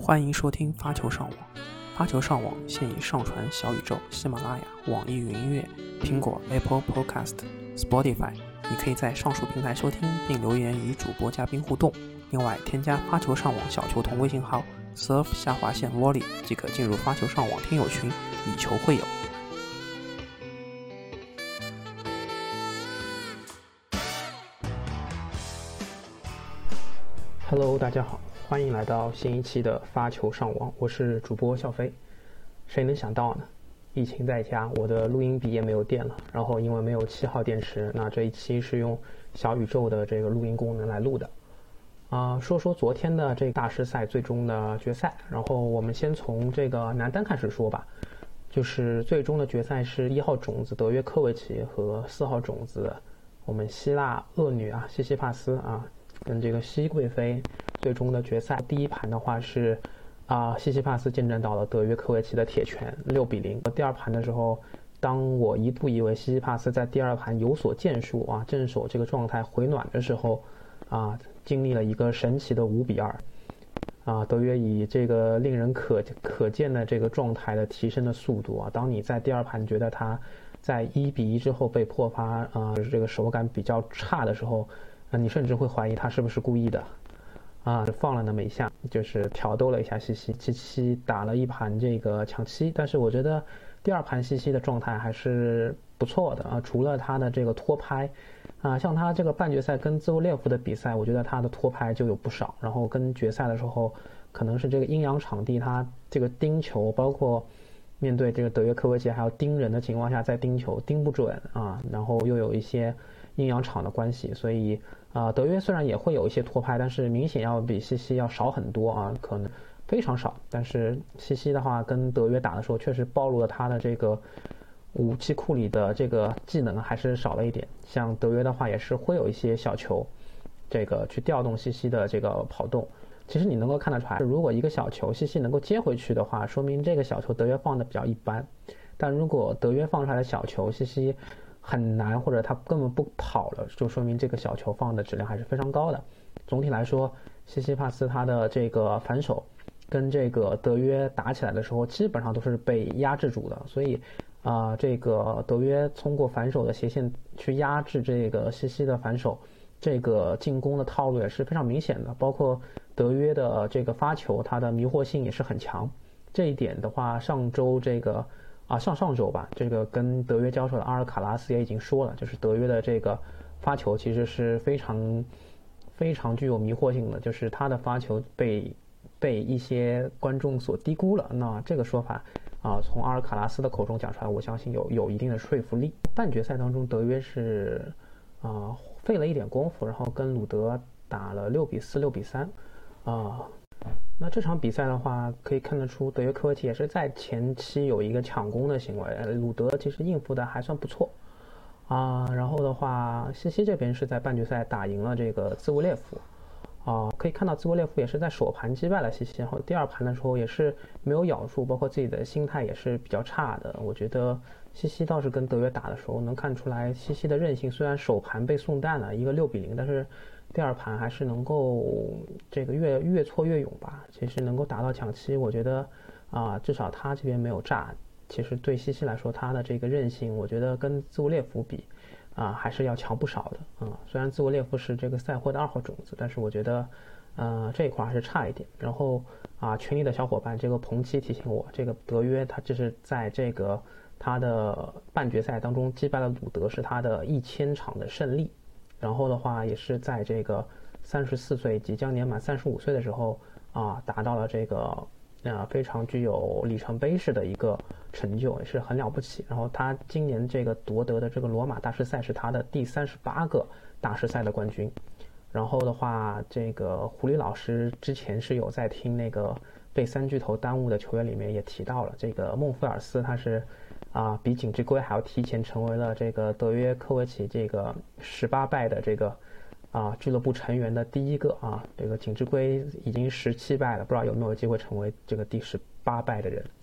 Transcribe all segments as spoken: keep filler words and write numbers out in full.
欢迎收听发球上网。发球上网现已上传小宇宙、喜马拉雅、网易云音乐、苹果 Apple Podcast、Spotify， 你可以在上述平台收听并留言与主播嘉宾互动。另外，添加发球上网小球童微信号 surf 下划线 volley 即可进入发球上网听友群，以球会友。Hello， 大家好，欢迎来到新一期的发球上网，我是主播笑飞。谁能想到呢？疫情在家，我的录音笔也没有电了，然后因为没有七号电池，那这一期是用小宇宙的这个录音功能来录的。啊、呃，说说昨天的这个大师赛最终的决赛，然后我们先从这个男单开始说吧。就是最终的决赛是一号种子德约科维奇和四号种子我们希腊恶女啊西西帕斯啊。跟这个熹贵妃最终的决赛，第一盘的话是啊、呃、西西帕斯见证到了德约科维奇的铁拳六比零。第二盘的时候，当我一度以为西西帕斯在第二盘有所建树啊，正手这个状态回暖的时候啊，经历了一个神奇的五比二啊，德约以这个令人可可见的这个状态的提升的速度啊，当你在第二盘觉得他在一比一之后被破发啊，这个手感比较差的时候。那你甚至会怀疑他是不是故意的啊，放了那么一下，就是挑逗了一下西西，七七打了一盘这个抢七。但是我觉得第二盘西西的状态还是不错的啊，除了他的这个拖拍啊，像他这个半决赛跟兹维列夫的比赛，我觉得他的拖拍就有不少，然后跟决赛的时候可能是这个阴阳场地他这个盯球，包括面对这个德约科维奇还要盯人的情况下再盯球盯不准啊，然后又有一些阴阳场的关系，所以啊、呃，德约虽然也会有一些拖拍，但是明显要比西西要少很多啊，可能非常少。但是西西的话跟德约打的时候，确实暴露了他的这个武器库里的这个技能还是少了一点。像德约的话，也是会有一些小球，这个去调动西西的这个跑动。其实你能够看得出来，如果一个小球西西能够接回去的话，说明这个小球德约放的比较一般。但如果德约放出来的小球西西很难，或者他根本不跑了，就说明这个小球放的质量还是非常高的。总体来说，西西帕斯他的这个反手跟这个德约打起来的时候，基本上都是被压制住的。所以啊、呃，这个德约通过反手的斜线去压制这个西西的反手，这个进攻的套路也是非常明显的。包括德约的这个发球，他的迷惑性也是很强。这一点的话，上周这个。啊，上上周吧，这个跟德约交手的阿尔卡拉斯也已经说了，就是德约的这个发球其实是非常非常具有迷惑性的，就是他的发球被被一些观众所低估了。那这个说法啊，从阿尔卡拉斯的口中讲出来，我相信有有一定的说服力。半决赛当中，德约是啊费了一点功夫，然后跟鲁德打了六比四、六比三啊。那这场比赛的话，可以看得出德约科维奇也是在前期有一个抢攻的行为，鲁德其实应付的还算不错啊。然后的话，西西这边是在半决赛打赢了这个兹维列夫啊，可以看到兹维列夫也是在首盘击败了西西，然后第二盘的时候也是没有咬住，包括自己的心态也是比较差的。我觉得西西倒是跟德约打的时候能看出来，西西的韧性虽然首盘被送淡了一个六比零，但是第二盘还是能够这个越越挫越勇吧，其实能够达到抢七，我觉得啊、呃，至少他这边没有炸。其实对西西来说，他的这个韧性，我觉得跟兹维列夫比啊、呃，还是要强不少的啊、嗯。虽然兹维列夫是这个赛会的二号种子，但是我觉得呃这一块还是差一点。然后啊、呃，群里的小伙伴这个彭七提醒我，这个德约他这是在这个他的半决赛当中击败了鲁德，是他的一千场的胜利。然后的话，也是在这个三十四岁即将年满三十五岁的时候啊，达到了这个呃非常具有里程碑式的一个成就，也是很了不起。然后他今年这个夺得的这个罗马大师赛是他的第三十八个大师赛的冠军。然后的话，这个狐狸老师之前是有在听那个被三巨头耽误的球员里面也提到了，这个孟菲尔斯他是。啊，比锦织圭还要提前成为了这个德约科维奇这个十八败的这个啊俱乐部成员的第一个啊，这个锦织圭已经十七败了，不知道有没有机会成为这个第十八败的人。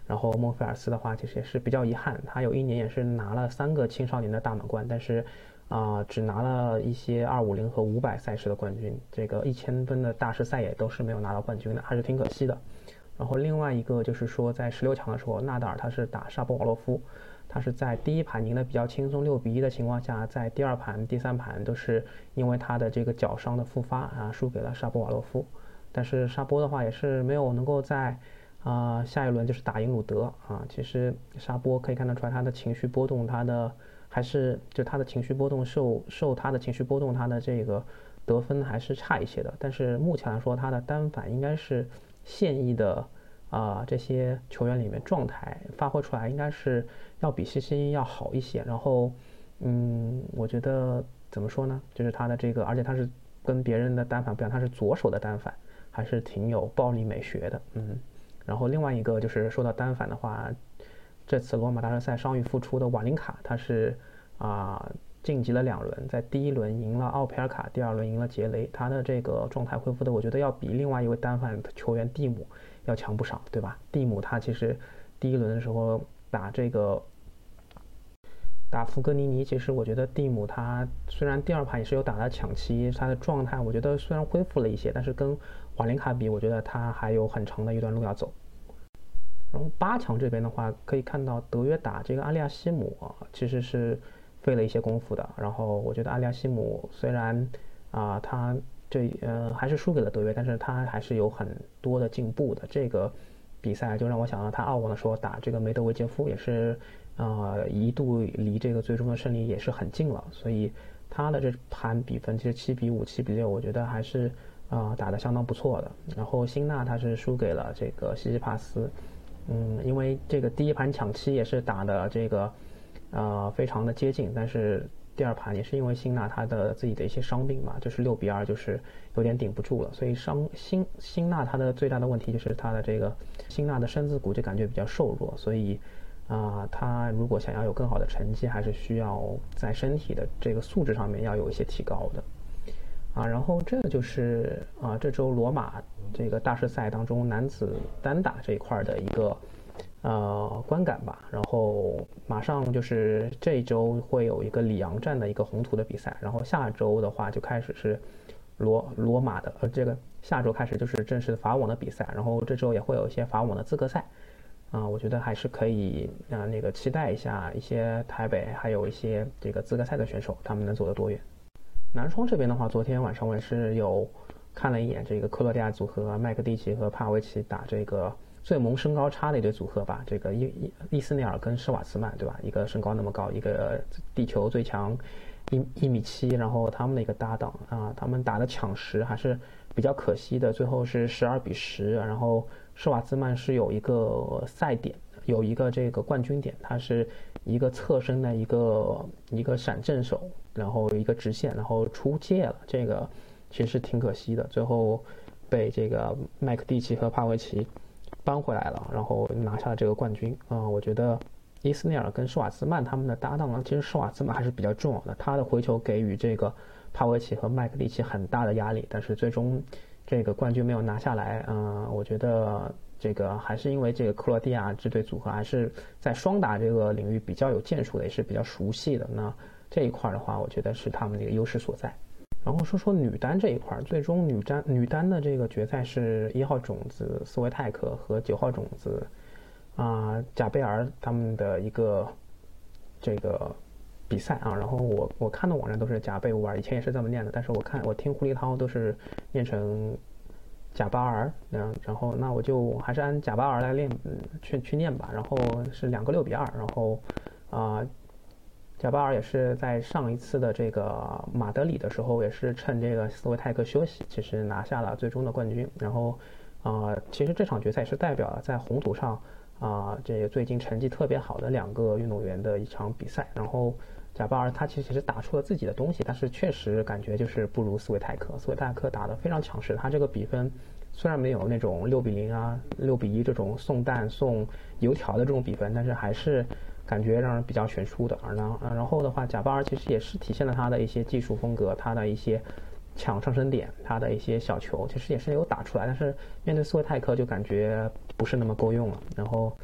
然后孟菲尔斯的话，其实也是比较遗憾，他有一年也是拿了三个青少年的大满贯，但是啊、呃，只拿了一些二五零和五百赛事的冠军，这个一千分的大师赛也都是没有拿到冠军的，还是挺可惜的。然后另外一个就是说，在十六强的时候，纳达尔他是打沙波瓦洛夫，他是在第一盘赢得比较轻松六比一的情况下，在第二盘、第三盘都是因为他的这个脚伤的复发啊，输给了沙波瓦洛夫。但是沙波的话也是没有能够在啊、呃、下一轮就是打赢鲁德啊。其实沙波可以看得出来，他的情绪波动，他的还是就他的情绪波动受受他的情绪波动，他的这个得分还是差一些的。但是目前来说，他的单反应该是现役的啊、呃、这些球员里面状态发挥出来应该是要比西西要好一些。然后嗯，我觉得怎么说呢，就是他的这个，而且他是跟别人的单反不一样，他是左手的单反，还是挺有暴力美学的。嗯，然后另外一个就是说到单反的话，这次罗马大师赛伤愈复出的瓦林卡，他是啊、呃、晋级了两轮，在第一轮赢了奥佩尔卡，第二轮赢了杰雷，他的这个状态恢复的，我觉得要比另外一位单反球员蒂姆要强不少，对吧？蒂姆他其实第一轮的时候打这个打福格尼尼，其实我觉得蒂姆他虽然第二盘也是有打到抢七，他的状态我觉得虽然恢复了一些，但是跟瓦林卡比，我觉得他还有很长的一段路要走。然后八强这边的话，可以看到德约打这个阿利亚西姆啊，其实是费了一些功夫的。然后我觉得阿利亚西姆虽然啊他这呃还是输给了德约，但是他还是有很多的进步的。这个比赛就让我想到他澳网的时候打这个梅德韦杰夫也是。呃，一度离这个最终的胜利也是很近了，所以他的这盘比分其实七比五、七比六，我觉得还是啊、呃、打得相当不错的。然后辛纳他是输给了这个西西帕斯，嗯，因为这个第一盘抢七也是打的这个呃非常的接近，但是第二盘也是因为辛纳他的自己的一些伤病嘛，就是六比二，就是有点顶不住了，所以伤辛辛纳他的最大的问题就是他的这个辛纳的身子骨就感觉比较瘦弱，所以。啊、呃，他如果想要有更好的成绩，还是需要在身体的这个素质上面要有一些提高的，啊，然后这就是啊、呃、这周罗马这个大师赛当中男子单打这一块的一个呃观感吧。然后马上就是这一周会有一个里昂站的一个红土的比赛，然后下周的话就开始是罗罗马的呃这个下周开始就是正式的法网的比赛，然后这周也会有一些法网的资格赛。啊、呃，我觉得还是可以啊、呃，那个期待一下一些台北还有一些这个资格赛的选手，他们能走得多远。男双这边的话，昨天晚上我也是有看了一眼这个克罗地亚组合麦克蒂奇和帕维奇打这个最萌身高差的一对组合吧，这个伊伊斯内尔跟施瓦茨曼，对吧？一个身高那么高，一个地球最强一一米七，然后他们的一个搭档啊，他们打的抢十还是比较可惜的，最后是十二比十，然后。施瓦茨曼是有一个赛点，有一个这个冠军点，他是一个侧身的一个一个闪正手，然后一个直线，然后出界了，这个其实是挺可惜的，最后被这个麦克蒂奇和帕维奇扳回来了，然后拿下了这个冠军啊、呃。我觉得伊斯内尔跟施瓦茨曼他们的搭档呢，其实施瓦茨曼还是比较重要的，他的回球给予这个帕维奇和麦克蒂奇很大的压力，但是最终。这个冠军没有拿下来，嗯、呃，我觉得这个还是因为这个克罗地亚这对组合还是在双打这个领域比较有建树的，也是比较熟悉的。那这一块的话，我觉得是他们的一个优势所在。然后说说女单这一块，最终女单女单的这个决赛是一号种子斯维泰克和九号种子啊、呃、贾贝尔他们的一个这个。比赛啊，然后我我看的网站都是贾贝乌尔，以前也是这么念的，但是我看我听胡立涛都是念成贾巴尔，嗯，然后那我就还是按贾巴尔来练，嗯，去去念吧。然后是两个六比二，然后啊、呃，贾巴尔也是在上一次的这个马德里的时候，也是趁这个斯维泰克休息，其实拿下了最终的冠军。然后啊、呃，其实这场决赛是代表了在红土上啊、呃，这个最近成绩特别好的两个运动员的一场比赛，然后。贾巴尔他其实是打出了自己的东西，但是确实感觉就是不如斯维泰克。斯维泰克打得非常强势，他这个比分虽然没有那种六比零啊、六比一这种送蛋送油条的这种比分，但是还是感觉让人比较悬殊的。然后，然后的话，贾巴尔其实也是体现了他的一些技术风格，他的一些抢上升点，他的一些小球，其实也是有打出来，但是面对斯维泰克就感觉不是那么够用了。然后。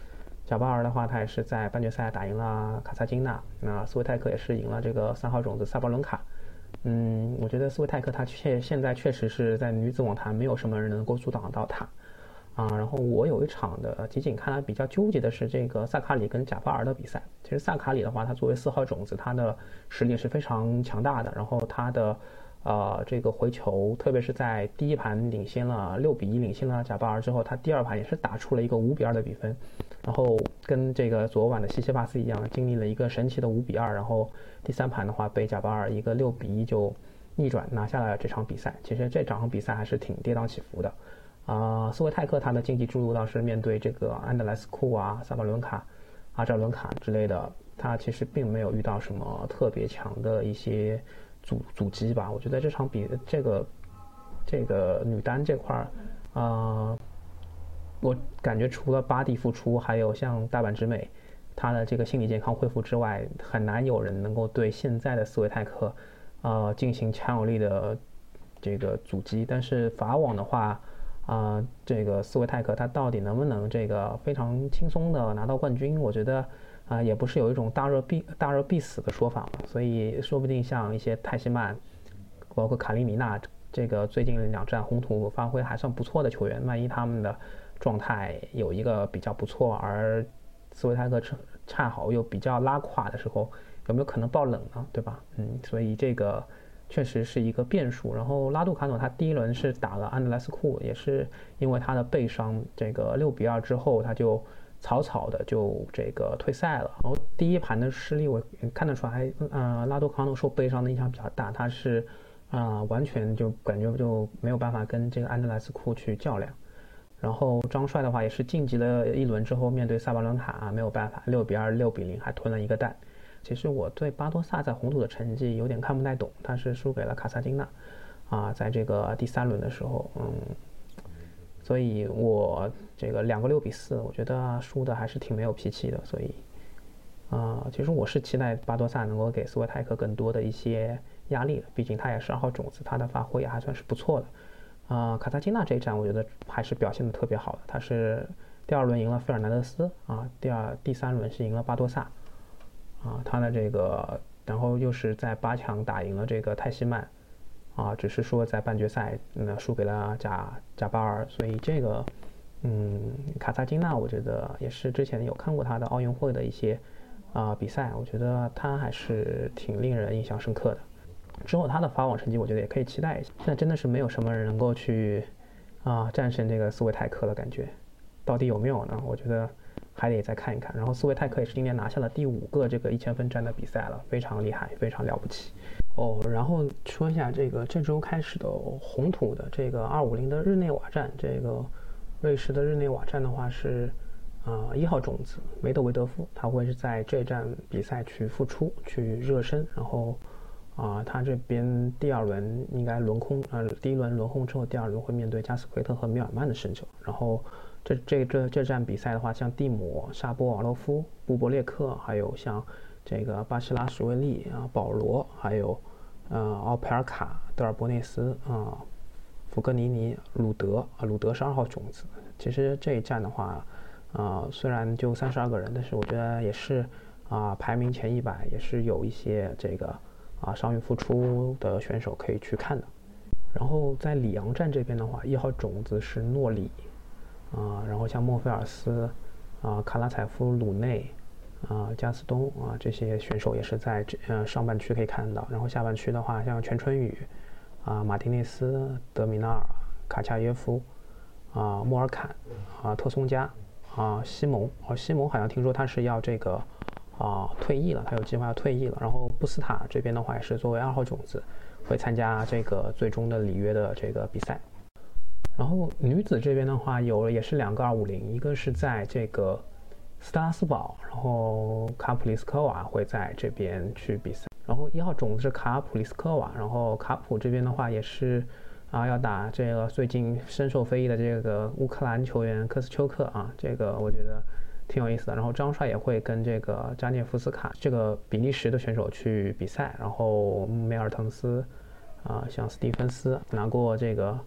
贾巴尔的话，他也是在半决赛打赢了卡萨金娜，那斯维泰克也是赢了这个三号种子萨巴伦卡。嗯，我觉得斯维泰克他确现在确实是在女子网坛没有什么人能够阻挡到他。啊，然后我有一场的集锦看来比较纠结的是这个萨卡里跟贾巴尔的比赛。其实萨卡里的话，他作为四号种子，他的实力是非常强大的。然后他的呃这个回球，特别是在第一盘领先了六比一领先了贾巴尔之后，他第二盘也是打出了一个五比二的比分。然后跟这个昨晚的西西帕斯一样，经历了一个神奇的五比二，然后第三盘的话被贾巴尔一个六比一就逆转拿下了这场比赛。其实这场比赛还是挺跌宕起伏的。啊、呃，斯维泰克他的竞技之路倒是面对这个安德莱斯库啊、萨巴伦卡、阿扎伦卡之类的，他其实并没有遇到什么特别强的一些阻阻击吧。我觉得这场比这个这个女单这块儿，啊、呃，我感觉除了巴蒂复出，还有像大阪直美，她的这个心理健康恢复之外，很难有人能够对现在的斯维泰克，呃，进行强有力的这个阻击。但是法网的话，啊、呃，这个斯维泰克他到底能不能这个非常轻松的拿到冠军？我觉得啊、呃，也不是有一种大热必大热必死的说法嘛。所以说不定像一些泰西曼，包括卡利米娜，这个最近两站红土发挥还算不错的球员，万一他们的状态有一个比较不错，而斯维泰克恰好又比较拉垮的时候，有没有可能爆冷呢？对吧？嗯，所以这个确实是一个变数。然后拉杜卡诺他第一轮是打了安德莱斯库，也是因为他的背伤，这个六比二之后他就草草的就这个退赛了。然后第一盘的失利我看得出来，呃，拉杜卡诺受背伤的影响比较大，他是啊、呃、完全就感觉就没有办法跟这个安德莱斯库去较量。然后张帅的话也是晋级了一轮之后，面对萨巴伦卡啊没有办法，六比二、六比零还吞了一个蛋。其实我对巴多萨在红土的成绩有点看不太懂，他是输给了卡萨金娜，啊，在这个第三轮的时候，嗯，所以我这个两个六比四，我觉得输的还是挺没有脾气的。所以，啊、呃，其实我是期待巴多萨能够给斯维泰克更多的一些压力的，毕竟他也是二号种子，他的发挥也还算是不错的。啊、呃，卡萨金娜这一站我觉得还是表现的特别好的，他是第二轮赢了费尔南德斯啊，第二第三轮是赢了巴多萨。啊，他的这个，然后又是在八强打赢了这个泰西曼，啊，只是说在半决赛嗯输给了贾贾巴尔。所以这个，嗯，卡萨金娜我觉得也是之前有看过他的奥运会的一些啊比赛，我觉得他还是挺令人印象深刻的。之后他的法网成绩我觉得也可以期待一下。现在真的是没有什么人能够去啊战胜这个斯维泰克的感觉，到底有没有呢？我觉得还得再看一看。然后斯维泰克也是今年拿下了第五个这个一千分站的比赛了，非常厉害，非常了不起哦。然后说一下这个这周开始的红土的这个二五零的日内瓦站，这个瑞士的日内瓦站的话是啊、呃、一号种子梅德韦德夫，他会是在这站比赛去复出去热身，然后啊、呃、他这边第二轮应该轮空，呃第一轮轮空之后，第二轮会面对加斯奎特和米尔曼的胜者，然后。这这这这站比赛的话，像蒂姆、沙波瓦洛夫、布博列克，还有像这个巴西拉什维利啊、保罗，还有呃奥佩尔卡、德尔波内斯啊、福格尼尼、鲁德啊，鲁德是二号种子。其实这一站的话，啊、呃、虽然就三十二个人，但是我觉得也是啊、呃、排名前一百，也是有一些这个啊伤愈复出的选手可以去看的。然后在里昂站这边的话，一号种子是诺里。啊，然后像莫菲尔斯，啊，卡拉采夫、鲁内，啊，加斯东啊，这些选手也是在这呃上半区可以看到。然后下半区的话，像全春雨，啊，马丁内斯、德米纳尔、卡恰耶夫，啊，莫尔坎，啊，特松加，啊，西蒙，哦，西蒙好像听说他是要这个啊退役了，他有计划要退役了。然后布斯塔这边的话也是作为二号种子，会参加这个最终的里约的这个比赛。然后女子这边的话有也是两个二五零，一个是在这个斯特拉斯堡，然后卡普里斯科娃会在这边去比赛。然后一号种子是卡普里斯科娃，然后卡普这边的话也是啊要打这个最近深受非议的这个乌克兰球员科斯丘克啊，这个我觉得挺有意思的。然后张帅也会跟这个扎涅夫斯卡这个比利时的选手去比赛。然后梅尔滕斯啊，像斯蒂芬斯拿过这个。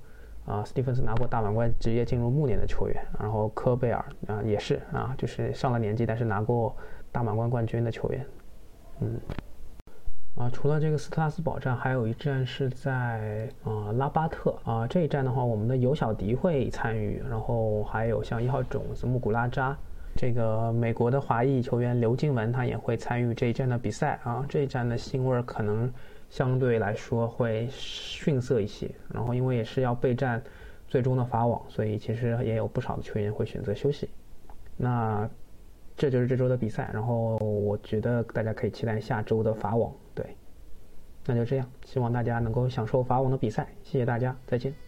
啊，斯蒂芬斯拿过大满贯，职业进入暮年的球员。然后科贝尔啊也是啊，就是上了年纪但是拿过大满贯冠军的球员。嗯，啊，除了这个斯特拉斯堡站，还有一站是在啊拉巴特啊。这一站的话，我们的尤小迪会参与，然后还有像一号种子穆古拉扎，这个美国的华裔球员刘静雯他也会参与这一站的比赛啊。这一站的腥味可能相对来说会逊色一些，然后因为也是要备战最终的法网，所以其实也有不少的球员会选择休息。那这就是这周的比赛，然后我觉得大家可以期待下周的法网。对，那就这样，希望大家能够享受法网的比赛，谢谢大家，再见。